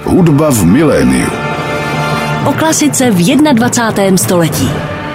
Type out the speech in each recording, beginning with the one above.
Hudba v miléniu. O klasice v 21. století.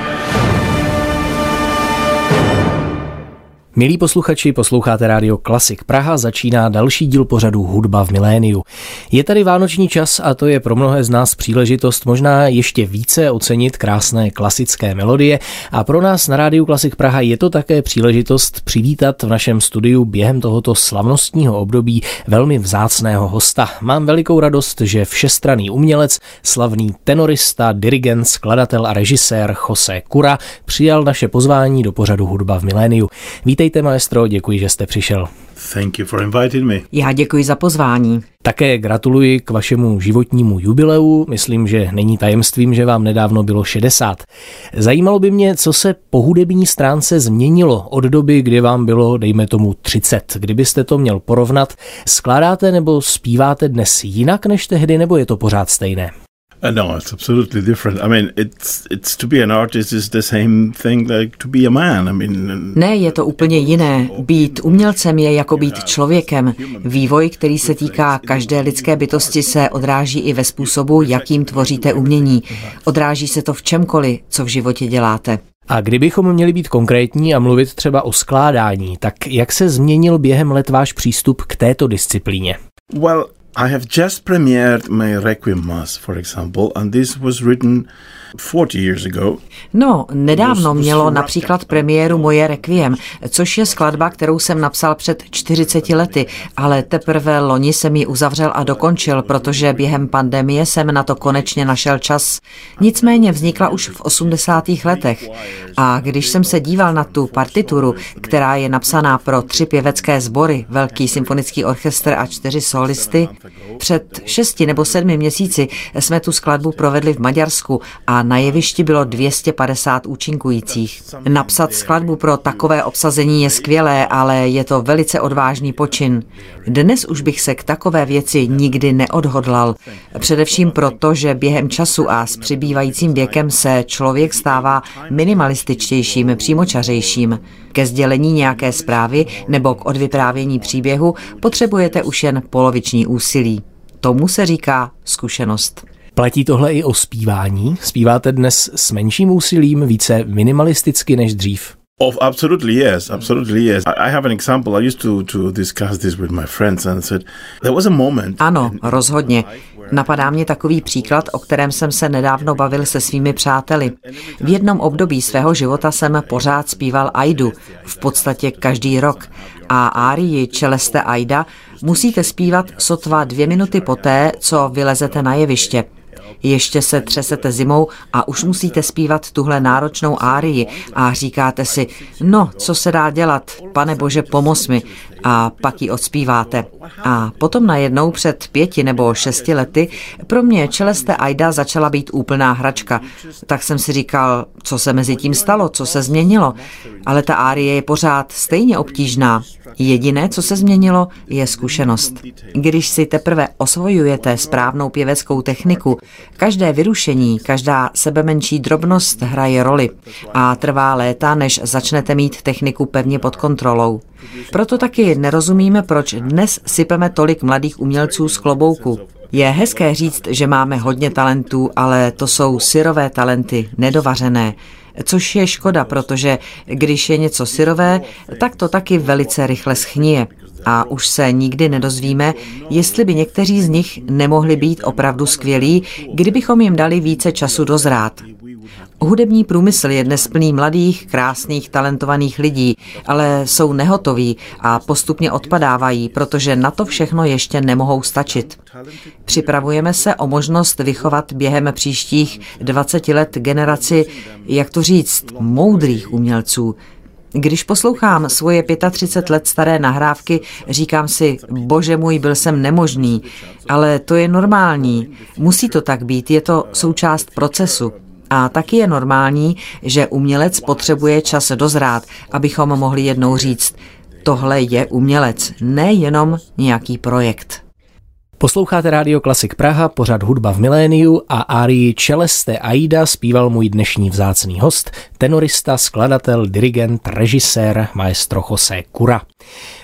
Milí posluchači, posloucháte Rádio Klasik Praha, začíná další díl pořadu Hudba v miléniu. Je tady vánoční čas a to je pro mnohé z nás příležitost možná ještě více ocenit krásné klasické melodie a pro nás na Rádiu Klasik Praha je to také příležitost přivítat v našem studiu během tohoto slavnostního období velmi vzácného hosta. Mám velikou radost, že všestranný umělec, slavný tenorista, dirigent, skladatel a režisér José Cura přijal naše pozvání do pořadu Hudba v miléniu. Vítejte, maestro, děkuji, že jste přišel. Thank you for inviting me. Já děkuji za pozvání. Také gratuluji k vašemu životnímu jubileu. Myslím, že není tajemstvím, že vám nedávno bylo 60. Zajímalo by mě, co se po hudební stránce změnilo od doby, kdy vám bylo, dejme tomu, 30. Kdybyste to měl porovnat, skládáte nebo zpíváte dnes jinak než tehdy, nebo je to pořád stejné? No, it's absolutely different. I mean, it's to be an artist is the same thing like to be a man. Ne, je to úplně jiné. Být umělcem je jako být člověkem. Vývoj, který se týká každé lidské bytosti, se odráží i ve způsobu, jakým tvoříte umění. Odráží se to v čemkoliv, co v životě děláte. A kdybychom měli být konkrétní a mluvit třeba o skládání, tak jak se změnil během let váš přístup k této disciplíně? Well, I have just premiered my Requiem Mass, for example, and this was written 40 years ago. No, nedávno mělo například premiéru moje Requiem, což je skladba, kterou jsem napsal před 40 lety, ale teprve loni jsem ji uzavřel a dokončil, protože během pandemie jsem na to konečně našel čas. Nicméně vznikla už v 80. letech. A když jsem se díval na tu partituru, která je napsaná pro 3 pěvecké sbory, velký symfonický orchestr a 4 solisty, před 6 nebo 7 měsíci jsme tu skladbu provedli v Maďarsku a na jevišti bylo 250 účinkujících. Napsat skladbu pro takové obsazení je skvělé, ale je to velice odvážný počin. Dnes už bych se k takové věci nikdy neodhodlal. Především proto, že během času a s přibývajícím věkem se člověk stává minimalističtějším, přímočařejším. Ke sdělení nějaké zprávy nebo k odvyprávění příběhu potřebujete už jen poloviční úsilí. Tomu se říká zkušenost. Platí tohle i o zpívání? Zpíváte dnes s menším úsilím, více minimalisticky než dřív? Oh, absolutely yes, absolutely yes. I have an example. I used to discuss this with my friends and said there was a moment. Ano, rozhodně. Napadá mě takový příklad, o kterém jsem se nedávno bavil se svými přáteli. V jednom období svého života jsem pořád zpíval Aidu, v podstatě každý rok. A árii Celeste Aida musíte zpívat sotva 2 minuty poté, co vylezete na jeviště. Ještě se třesete zimou a už musíte zpívat tuhle náročnou árii a říkáte si, no, co se dá dělat, Pane Bože, pomoz mi, a pak ji odspíváte. A potom najednou před 5 nebo 6 lety pro mě Celeste Aida začala být úplná hračka. Tak jsem si říkal, co se mezi tím stalo, co se změnilo. Ale ta árie je pořád stejně obtížná. Jediné, co se změnilo, je zkušenost. Když si teprve osvojujete správnou pěveckou techniku, každé vyrušení, každá sebemenší drobnost hraje roli a trvá léta, než začnete mít techniku pevně pod kontrolou. Proto taky nerozumíme, proč dnes sypeme tolik mladých umělců z klobouku. Je hezké říct, že máme hodně talentů, ale to jsou syrové talenty, nedovařené. Což je škoda, protože když je něco syrové, tak to taky velice rychle schnije. A už se nikdy nedozvíme, jestli by někteří z nich nemohli být opravdu skvělí, kdybychom jim dali více času dozrát. Hudební průmysl je dnes plný mladých, krásných, talentovaných lidí, ale jsou nehotoví a postupně odpadávají, protože na to všechno ještě nemohou stačit. Připravujeme se o možnost vychovat během příštích 20 let generaci, jak to říct, moudrých umělců. Když poslouchám svoje 35 let staré nahrávky, říkám si, bože můj, byl jsem nemožný, ale to je normální, musí to tak být, je to součást procesu. A taky je normální, že umělec potřebuje čas dozrát, abychom mohli jednou říct, tohle je umělec, ne jenom nějaký projekt. Posloucháte Rádio Klasik Praha, pořad Hudba v miléniu a árii Celeste Aida zpíval můj dnešní vzácný host, tenorista, skladatel, dirigent, režisér, maestro José Cura.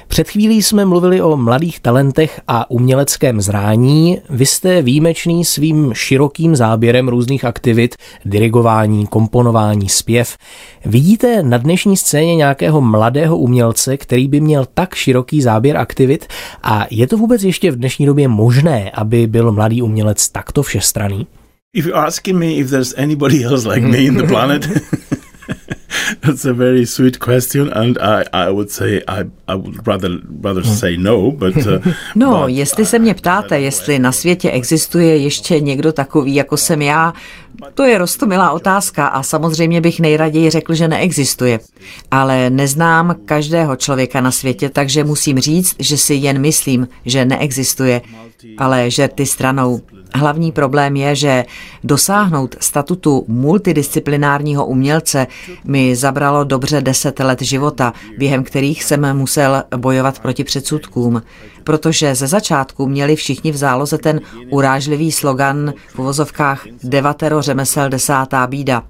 Před chvílí jsme mluvili o mladých talentech a uměleckém zrání. Vy jste výjimečný svým širokým záběrem různých aktivit, dirigování, komponování, zpěv. Vidíte na dnešní scéně nějakého mladého umělce, který by měl tak široký záběr aktivit? A je to vůbec ještě v dnešní době možné, aby byl mladý umělec takto všestranný? If you're asking me if there's anybody else like me in the planet, that's a very sweet question, and I would say I would rather say no, but jestli se mě ptáte, jestli na světě existuje ještě někdo takový, jako jsem já, to je roztomilá otázka a samozřejmě bych nejraději řekl, že neexistuje. Ale neznám každého člověka na světě, takže musím říct, že si jen myslím, že neexistuje. Ale žerty stranou. Hlavní problém je, že dosáhnout statutu multidisciplinárního umělce mi zabralo dobře 10 let života, během kterých jsem musel bojovat proti předsudkům. Protože ze začátku měli všichni v záloze ten urážlivý slogan v uvozovkách 9 řemesel 10. bída.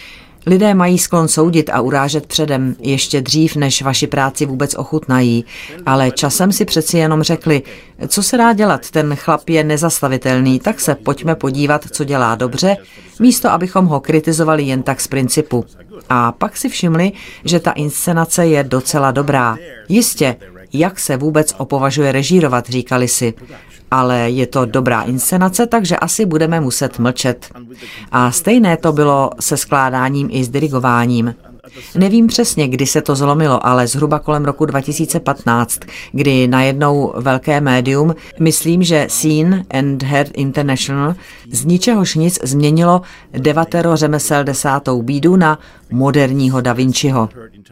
Lidé mají sklon soudit a urážet předem ještě dřív, než vaši práci vůbec ochutnají, ale časem si přeci jenom řekli, co se dá dělat, ten chlap je nezastavitelný, tak se pojďme podívat, co dělá dobře, místo abychom ho kritizovali jen tak z principu. A pak si všimli, že ta inscenace je docela dobrá. Jistě, jak se vůbec opovažuje režírovat, říkali si. Ale je to dobrá inscenace, takže asi budeme muset mlčet. A stejné to bylo se skládáním i s dirigováním. Nevím přesně, kdy se to zlomilo, ale zhruba kolem roku 2015, kdy najednou velké médium, myslím, že Scene and Heard International, z ničehož nic změnilo 9 řemesel 10. bídu na moderního Da Vinciho.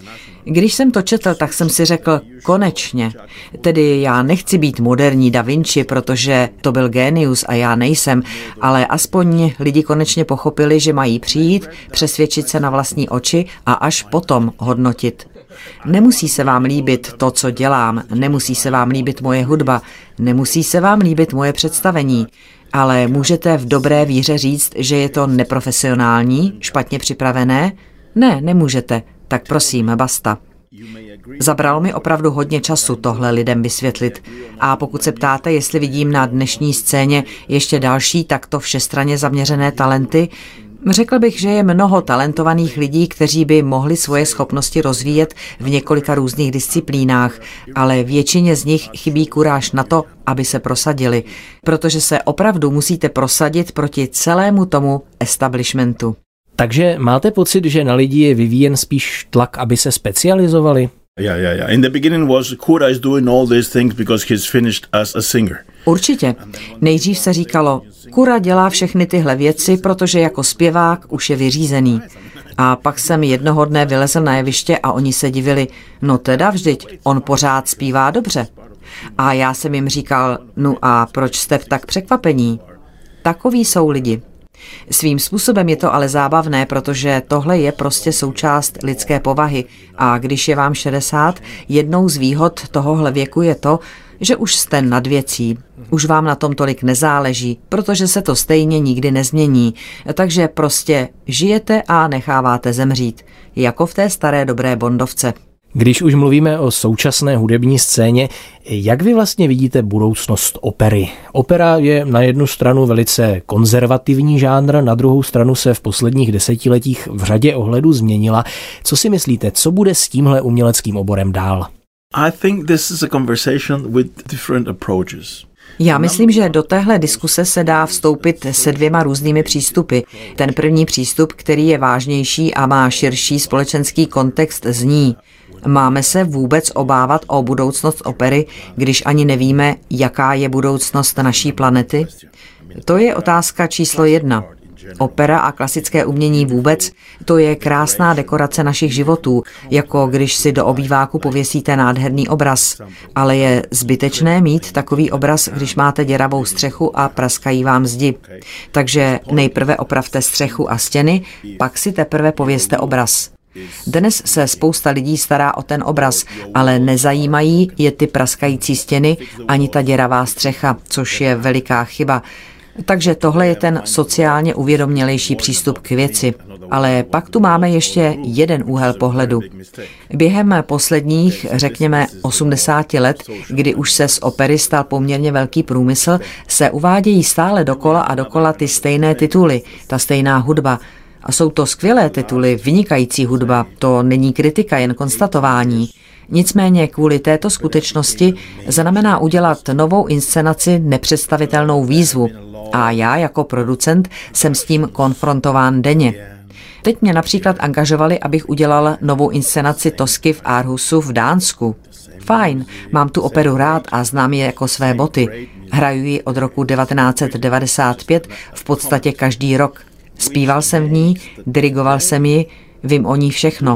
Když jsem to četl, tak jsem si řekl, konečně. Tedy já nechci být moderní Da Vinci, protože to byl génius a já nejsem, ale aspoň lidi konečně pochopili, že mají přijít, přesvědčit se na vlastní oči a až potom hodnotit. Nemusí se vám líbit to, co dělám, nemusí se vám líbit moje hudba, nemusí se vám líbit moje představení, ale můžete v dobré víře říct, že je to neprofesionální, špatně připravené? Ne, nemůžete. Tak prosím, basta. Zabralo mi opravdu hodně času tohle lidem vysvětlit. A pokud se ptáte, jestli vidím na dnešní scéně ještě další takto všestranně zaměřené talenty, řekl bych, že je mnoho talentovaných lidí, kteří by mohli svoje schopnosti rozvíjet v několika různých disciplínách, ale většině z nich chybí kuráž na to, aby se prosadili, protože se opravdu musíte prosadit proti celému tomu establishmentu. Takže máte pocit, že na lidi je vyvíjen spíš tlak, aby se specializovali? Yeah. In the beginning was Kura is doing all these things because he's finished as a singer. Určitě. Nejdřív se říkalo, Kura dělá všechny tyhle věci, protože jako zpěvák už je vyřízený. A pak jsem jednoho dne vylezl na jeviště a oni se divili, no teda vždyť, on pořád zpívá dobře. A já jsem jim říkal, no a proč jste tak překvapení? Takoví jsou lidi. Svým způsobem je to ale zábavné, protože tohle je prostě součást lidské povahy a když je vám 60, jednou z výhod tohohle věku je to, že už jste nad věcí. Už vám na tom tolik nezáleží, protože se to stejně nikdy nezmění. Takže prostě žijete a necháváte zemřít. Jako v té staré dobré Bondovce. Když už mluvíme o současné hudební scéně, jak vy vlastně vidíte budoucnost opery? Opera je na jednu stranu velice konzervativní žánr, na druhou stranu se v posledních desetiletích v řadě ohledů změnila. Co si myslíte, co bude s tímhle uměleckým oborem dál? I think this is a conversation with different approaches. Já myslím, že do téhle diskuse se dá vstoupit se 2 různými přístupy. Ten první přístup, který je vážnější a má širší společenský kontext, zní: máme se vůbec obávat o budoucnost opery, když ani nevíme, jaká je budoucnost naší planety? To je otázka číslo 1. Opera a klasické umění vůbec, to je krásná dekorace našich životů, jako když si do obýváku pověsíte nádherný obraz. Ale je zbytečné mít takový obraz, když máte děravou střechu a praskají vám zdi. Takže nejprve opravte střechu a stěny, pak si teprve pověste obraz. Dnes se spousta lidí stará o ten obraz, ale nezajímají je ty praskající stěny ani ta děravá střecha, což je veliká chyba. Takže tohle je ten sociálně uvědomělejší přístup k věci. Ale pak tu máme ještě jeden úhel pohledu. Během posledních, řekněme, 80 let, kdy už se z opery stal poměrně velký průmysl, se uvádějí stále dokola a dokola ty stejné tituly, ta stejná hudba. A jsou to skvělé tituly, vynikající hudba, to není kritika, jen konstatování. Nicméně kvůli této skutečnosti znamená udělat novou inscenaci nepředstavitelnou výzvu. A já jako producent jsem s tím konfrontován denně. Teď mě například angažovali, abych udělal novou inscenaci Tosky v Aarhusu v Dánsku. Fajn, mám tu operu rád a znám je jako své boty. Hraju ji od roku 1995 v podstatě každý rok. Zpíval jsem v ní, dirigoval jsem ji, vím o ní všechno.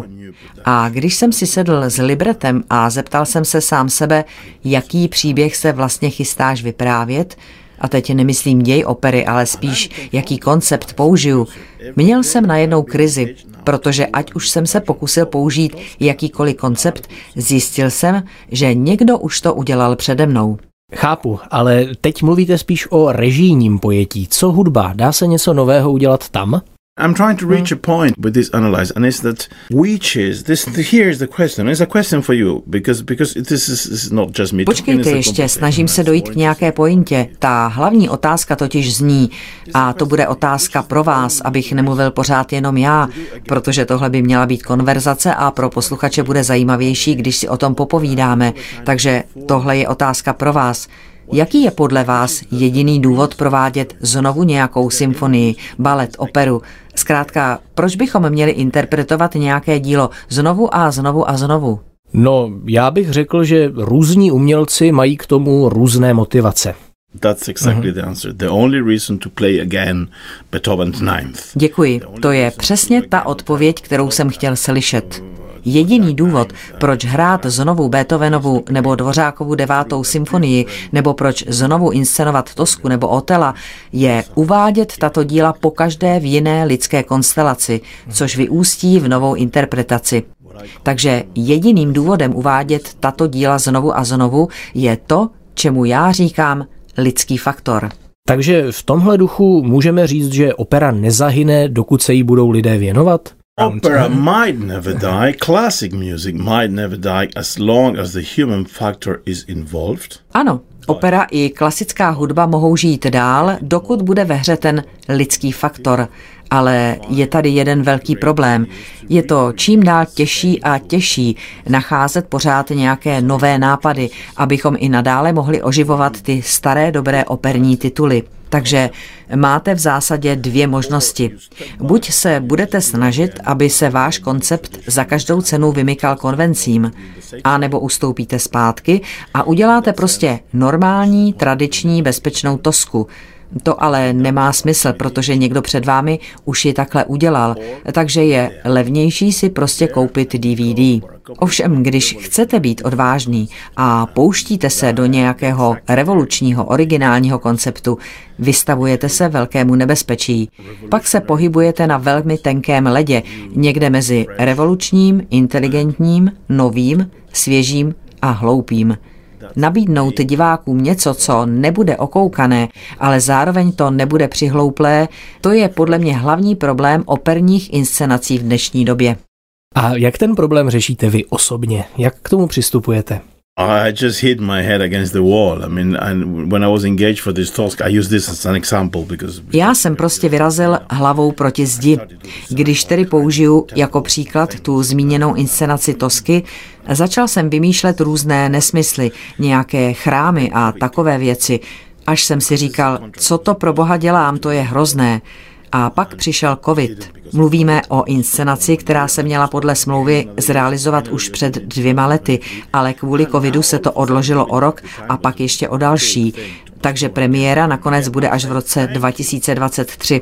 A když jsem si sedl s libretem a zeptal jsem se sám sebe, jaký příběh se vlastně chystáš vyprávět, a teď nemyslím děj opery, ale spíš jaký koncept použiju, měl jsem najednou krizi, protože ať už jsem se pokusil použít jakýkoliv koncept, zjistil jsem, že někdo už to udělal přede mnou. Chápu, ale teď mluvíte spíš o režijním pojetí. Co hudba? Dá se něco nového udělat tam? I'm trying to reach a point with this analysis, and it's that which is this. Here is the question. It's a question for you because this is not just me. Počkejte ještě, snažím se dojít k nějaké pointě. Ta hlavní otázka totiž zní, a to bude otázka pro vás, abych nemluvil pořád jenom já, protože tohle by měla být konverzace a pro posluchače bude zajímavější, když si o tom popovídáme. Takže tohle je otázka pro vás. Jaký je podle vás jediný důvod provádět znovu nějakou symfonii, balet, operu? Zkrátka, proč bychom měli interpretovat nějaké dílo znovu a znovu a znovu? No, já bych řekl, že různí umělci mají k tomu různé motivace. That's exactly the answer. The only reason to play again Beethoven's Ninth. Děkuji. To je přesně ta odpověď, kterou jsem chtěl slyšet. Jediný důvod, proč hrát znovu Beethovenovu nebo Dvořákovu 9. symfonii, nebo proč znovu inscenovat Tosku nebo Otela, je uvádět tato díla pokaždé v jiné lidské konstelaci, což vyústí v novou interpretaci. Takže jediným důvodem uvádět tato díla znovu a znovu je to, čemu já říkám lidský faktor. Takže v tomhle duchu můžeme říct, že opera nezahyne, dokud se jí budou lidé věnovat? Opera might never die, classic music might never die as long as the human factor is involved. Ano, opera i klasická hudba mohou žít dál, dokud bude ve hře ten lidský faktor. Ale je tady jeden velký problém. Je to čím dál těžší a těžší nacházet pořád nějaké nové nápady, abychom i nadále mohli oživovat ty staré dobré operní tituly. Takže máte v zásadě dvě možnosti. Buď se budete snažit, aby se váš koncept za každou cenu vymykal konvencím, anebo ustoupíte zpátky a uděláte prostě normální, tradiční, bezpečnou Tosku. To ale nemá smysl, protože někdo před vámi už ji takhle udělal, takže je levnější si prostě koupit DVD. Ovšem, když chcete být odvážný a pouštíte se do nějakého revolučního, originálního konceptu, vystavujete se velkému nebezpečí. Pak se pohybujete na velmi tenkém ledě, někde mezi revolučním, inteligentním, novým, svěžím a hloupým. Nabídnout divákům něco, co nebude okoukané, ale zároveň to nebude přihlouplé, to je podle mě hlavní problém operních inscenací v dnešní době. A jak ten problém řešíte vy osobně? Jak k tomu přistupujete? I just hit my head against the wall. I mean, and when I was engaged for this talk, I used this as an example because já jsem prostě vyrazil hlavou proti zdi. Když tedy použiju jako příklad tu zmíněnou inscenaci Tosky, začal jsem vymýšlet různé nesmysly, nějaké chrámy a takové věci, až jsem si říkal, co to pro Boha dělám, to je hrozné. A pak přišel covid. Mluvíme o inscenaci, která se měla podle smlouvy zrealizovat už před 2 lety, ale kvůli covidu se to odložilo o rok a pak ještě o další. Takže premiéra nakonec bude až v roce 2023.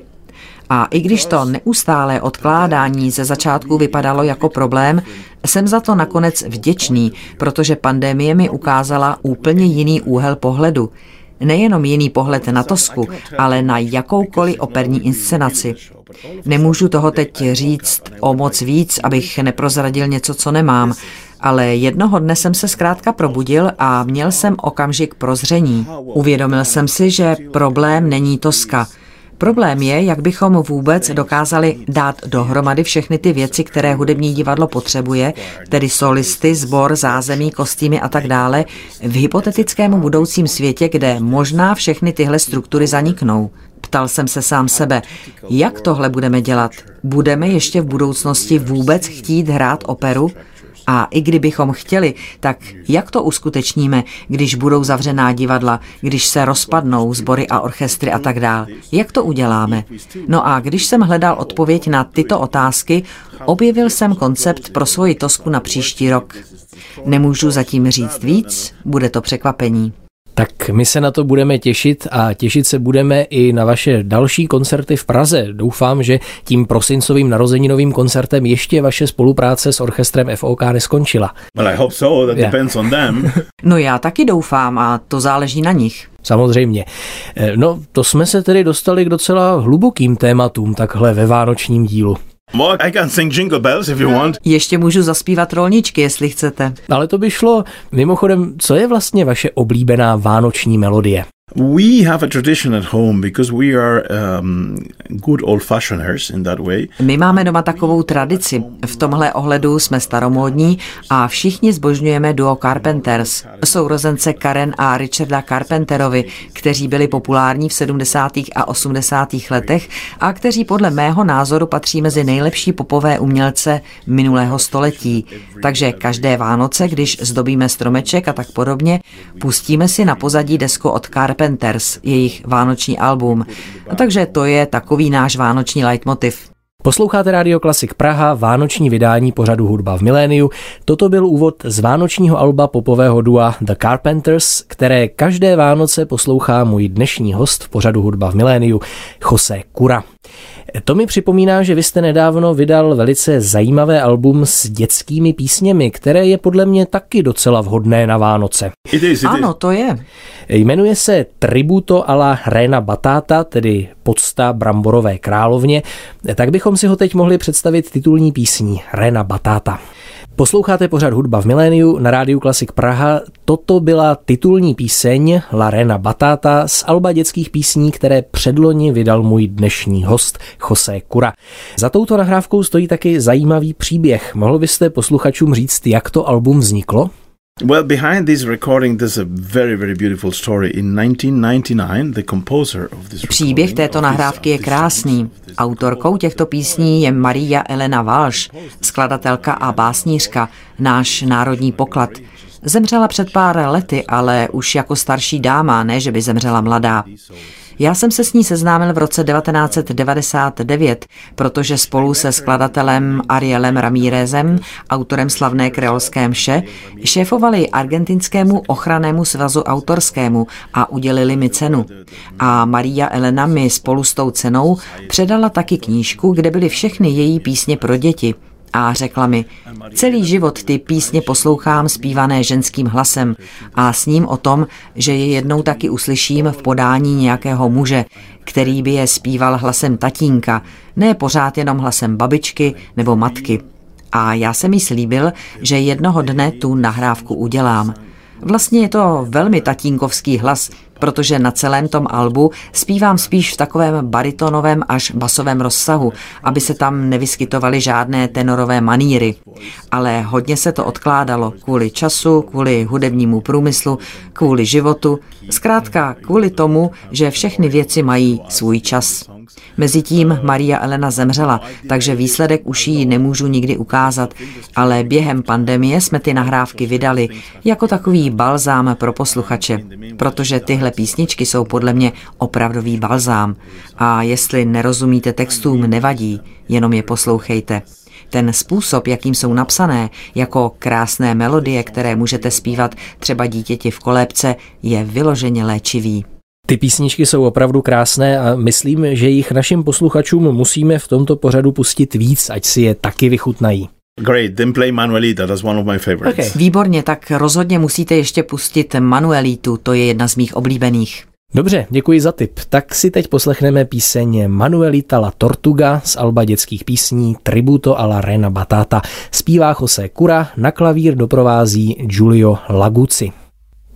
A i když to neustálé odkládání ze začátku vypadalo jako problém, jsem za to nakonec vděčný, protože pandemie mi ukázala úplně jiný úhel pohledu. Nejenom jiný pohled na Tosku, ale na jakoukoliv operní inscenaci. Nemůžu toho teď říct o moc víc, abych neprozradil něco, co nemám, ale jednoho dne jsem se zkrátka probudil a měl jsem okamžik prozření. Uvědomil jsem si, že problém není Toska. Problém je, jak bychom vůbec dokázali dát dohromady všechny ty věci, které hudební divadlo potřebuje, tedy solisty, sbor, zázemí, kostýmy a tak dále, v hypotetickém budoucím světě, kde možná všechny tyhle struktury zaniknou. Ptal jsem se sám sebe, jak tohle budeme dělat? Budeme ještě v budoucnosti vůbec chtít hrát operu? A i kdybychom chtěli, tak jak to uskutečníme, když budou zavřená divadla, když se rozpadnou sbory a orchestry a tak dál? Jak to uděláme? No a když jsem hledal odpověď na tyto otázky, objevil jsem koncept pro svoji Tosku na příští rok. Nemůžu zatím říct víc, bude to překvapení. Tak my se na to budeme těšit a těšit se budeme i na vaše další koncerty v Praze. Doufám, že tím prosincovým narozeninovým koncertem ještě vaše spolupráce s orchestrem FOK neskončila. Well, I hope so. That depends on them. No já taky doufám a to záleží na nich. Samozřejmě. No, to jsme se tedy dostali k docela hlubokým tématům takhle ve vánočním dílu. Well, I can sing Jingle Bells if you want. Ještě můžu zaspívat rolničky, jestli chcete. Ale to by šlo. Mimochodem, co je vlastně vaše oblíbená vánoční melodie? We have a tradition at home because we are good old-fashioners in that way. My máme doma takovou tradici. V tomhle ohledu jsme staromódní a všichni zbožňujeme duo Carpenters, sourozence Karen a Richarda Carpenterovi, kteří byli populární v 70. a 80. letech a kteří podle mého názoru patří mezi nejlepší popové umělce minulého století. Takže každé Vánoce, když zdobíme stromeček a tak podobně, pustíme si na pozadí desku od Carpenters, jejich vánoční album. Takže to je takový náš vánoční leitmotiv. Posloucháte Rádio Klasik Praha, vánoční vydání pořadu Hudba v miléniu. Toto byl úvod z vánočního alba popového dua The Carpenters, které každé Vánoce poslouchá můj dnešní host v pořadu Hudba v miléniu, José Cura. To mi připomíná, že vy jste nedávno vydal velice zajímavé album s dětskými písněmi, které je podle mě taky docela vhodné na Vánoce. Ano, to je. Jmenuje se Tributo alla Reina Batata, tedy pocta bramborové královně, tak bychom si ho teď mohli představit titulní písní Reina Batata. Posloucháte pořad Hudba v miléniu na Rádiu Klasik Praha. Toto byla titulní píseň La Reina Batata z alba dětských písní, které předloni vydal můj dnešní host José Cura. Za touto nahrávkou stojí taky zajímavý příběh. Mohl byste posluchačům říct, jak to album vzniklo? Well, behind this recording there's a very, very beautiful story. In 1999, the composer of this Příběh této nahrávky je krásný. Autorkou těchto písní je Maria Elena Walsh, skladatelka a básnířka, náš národní poklad. Zemřela před pár lety, ale už jako starší dáma, ne že by zemřela mladá. Já jsem se s ní seznámil v roce 1999, protože spolu se skladatelem Arielem Ramírezem, autorem slavné kreolské mše, šéfovali argentinskému ochrannému svazu autorskému a udělili mi cenu. A Maria Elena mi spolu s tou cenou předala taky knížku, kde byly všechny její písně pro děti. A řekla mi, celý život ty písně poslouchám zpívané ženským hlasem a sním o tom, že je jednou taky uslyším v podání nějakého muže, který by je zpíval hlasem tatínka, ne pořád jenom hlasem babičky nebo matky. A já jsem jí slíbil, že jednoho dne tu nahrávku udělám. Vlastně je to velmi tatínkovský hlas, protože na celém tom albu zpívám spíš v takovém baritonovém až basovém rozsahu, aby se tam nevyskytovaly žádné tenorové maníry. Ale hodně se to odkládalo kvůli času, kvůli hudebnímu průmyslu, kvůli životu, zkrátka kvůli tomu, že všechny věci mají svůj čas. Mezitím Maria Elena zemřela, takže výsledek už jí nemůžu nikdy ukázat, ale během pandemie jsme ty nahrávky vydali jako takový balzám pro posluchače, protože tyhle písničky jsou podle mě opravdový balzám a jestli nerozumíte textům, nevadí, jenom je poslouchejte. Ten způsob, jakým jsou napsané, jako krásné melodie, které můžete zpívat třeba dítěti v kolébce, je vyloženě léčivý. Ty písničky jsou opravdu krásné a myslím, že jich našim posluchačům musíme v tomto pořadu pustit víc, ať si je taky vychutnají. Great, then play Manuelita, that's one of my favorites. Okay. Výborně, tak rozhodně musíte ještě pustit Manuelitu, to je jedna z mých oblíbených. Dobře, děkuji za tip. Tak si teď poslechneme píseň Manuelita la Tortuga z alba dětských písní Tributo alla Reina Batata. Zpívá José Cura, na klavír doprovází Giulio Laguzzi.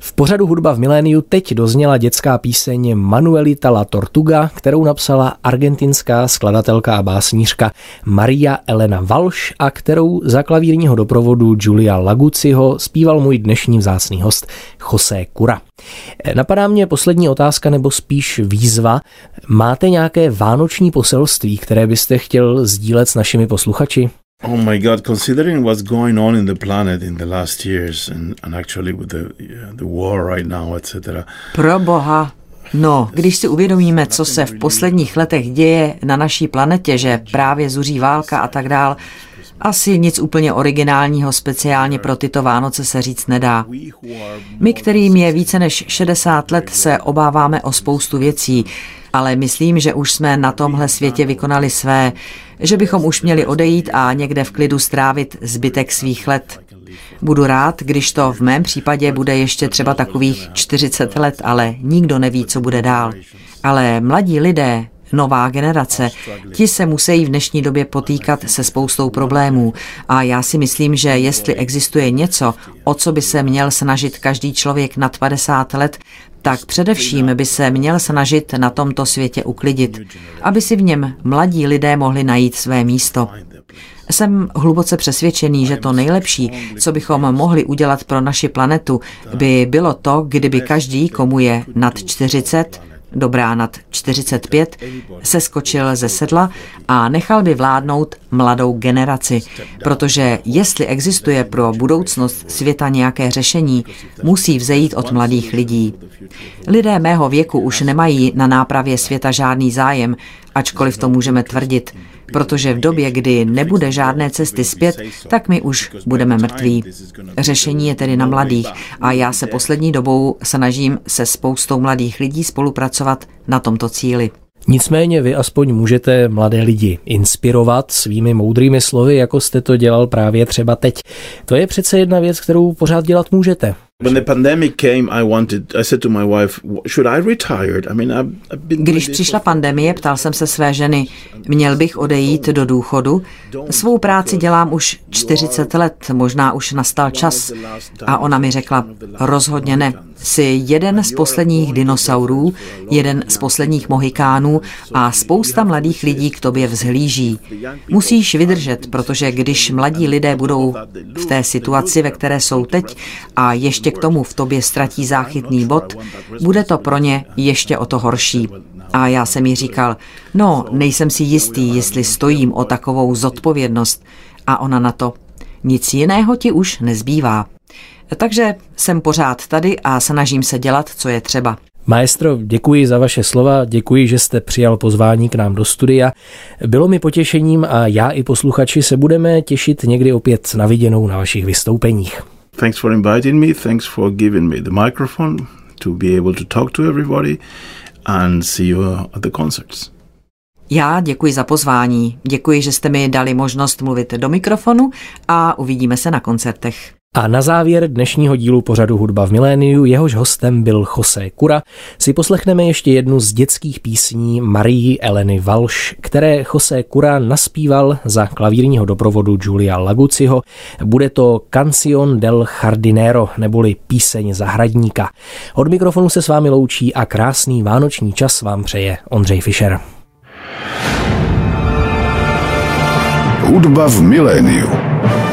V pořadu Hudba v miléniu teď dozněla dětská píseň Manuelita la Tortuga, kterou napsala argentinská skladatelka a básnířka Maria Elena Walsh a kterou za klavírního doprovodu Julia Laguziho zpíval můj dnešní vzácný host José Cura. Napadá mě poslední otázka, nebo spíš výzva. Máte nějaké vánoční poselství, které byste chtěl sdílet s našimi posluchači? Oh my God, considering what's going on in the planet in the last years and actually with the war right now, etc. Pro boha. No, když si uvědomíme, co se v posledních letech děje na naší planetě, že právě zuří válka a tak dál, asi nic úplně originálního speciálně pro tyto Vánoce se říct nedá. My, kterým je více než 60 let, se obáváme o spoustu věcí, ale myslím, že už jsme na tomhle světě vykonali své, že bychom už měli odejít a někde v klidu strávit zbytek svých let. Budu rád, když to v mém případě bude ještě třeba takových 40 let, ale nikdo neví, co bude dál. Ale mladí lidé, nová generace, ti se musí v dnešní době potýkat se spoustou problémů a já si myslím, že jestli existuje něco, o co by se měl snažit každý člověk nad 50 let, tak především by se měl snažit na tomto světě uklidit, aby si v něm mladí lidé mohli najít své místo. Jsem hluboce přesvědčený, že to nejlepší, co bychom mohli udělat pro naši planetu, by bylo to, kdyby každý, komu je nad 40, dobrá nad 45, se skočil ze sedla a nechal by vládnout mladou generaci, protože jestli existuje pro budoucnost světa nějaké řešení, musí vzejít od mladých lidí. Lidé mého věku už nemají na nápravě světa žádný zájem, ačkoliv to můžeme tvrdit, protože v době, kdy nebude žádné cesty zpět, tak my už budeme mrtví. Řešení je tedy na mladých a já se poslední dobou snažím se spoustou mladých lidí spolupracovat na tomto cíli. Nicméně vy aspoň můžete mladé lidi inspirovat svými moudrými slovy, jako jste to dělal právě třeba teď. To je přece jedna věc, kterou pořád dělat můžete. Když přišla pandemie, ptal jsem se své ženy, měl bych odejít do důchodu? Svou práci dělám už 40 let, možná už nastal čas. A ona mi řekla, rozhodně ne. Jsi jeden z posledních dinosaurů, jeden z posledních mohikánů a spousta mladých lidí k tobě vzhlíží. Musíš vydržet, protože když mladí lidé budou v té situaci, ve které jsou teď, a ještě k tomu v tobě ztratí záchytný bod, bude to pro ně ještě o to horší. A já jsem jí říkal, no, nejsem si jistý, jestli stojím o takovou zodpovědnost. A ona na to, nic jiného ti už nezbývá. Takže jsem pořád tady a snažím se dělat, co je třeba. Maestro, děkuji za vaše slova, děkuji, že jste přijal pozvání k nám do studia. Bylo mi potěšením a já i posluchači se budeme těšit někdy opět na viděnou na vašich vystoupeních. Thanks for inviting me, thanks for giving me the microphone to be able to talk to everybody and see you at the concerts. Já děkuji za pozvání, děkuji, že jste mi dali možnost mluvit do mikrofonu a uvidíme se na koncertech. A na závěr dnešního dílu pořadu Hudba v miléniu, jehož hostem byl José Cura, si poslechneme ještě jednu z dětských písní Marii Eleny Walsh, které José Cura naspíval za klavírního doprovodu Julia Laguziho. Bude to Canción del Jardinero, neboli Píseň zahradníka. Od mikrofonu se s vámi loučí a krásný vánoční čas vám přeje Ondřej Fischer. Hudba v miléniu.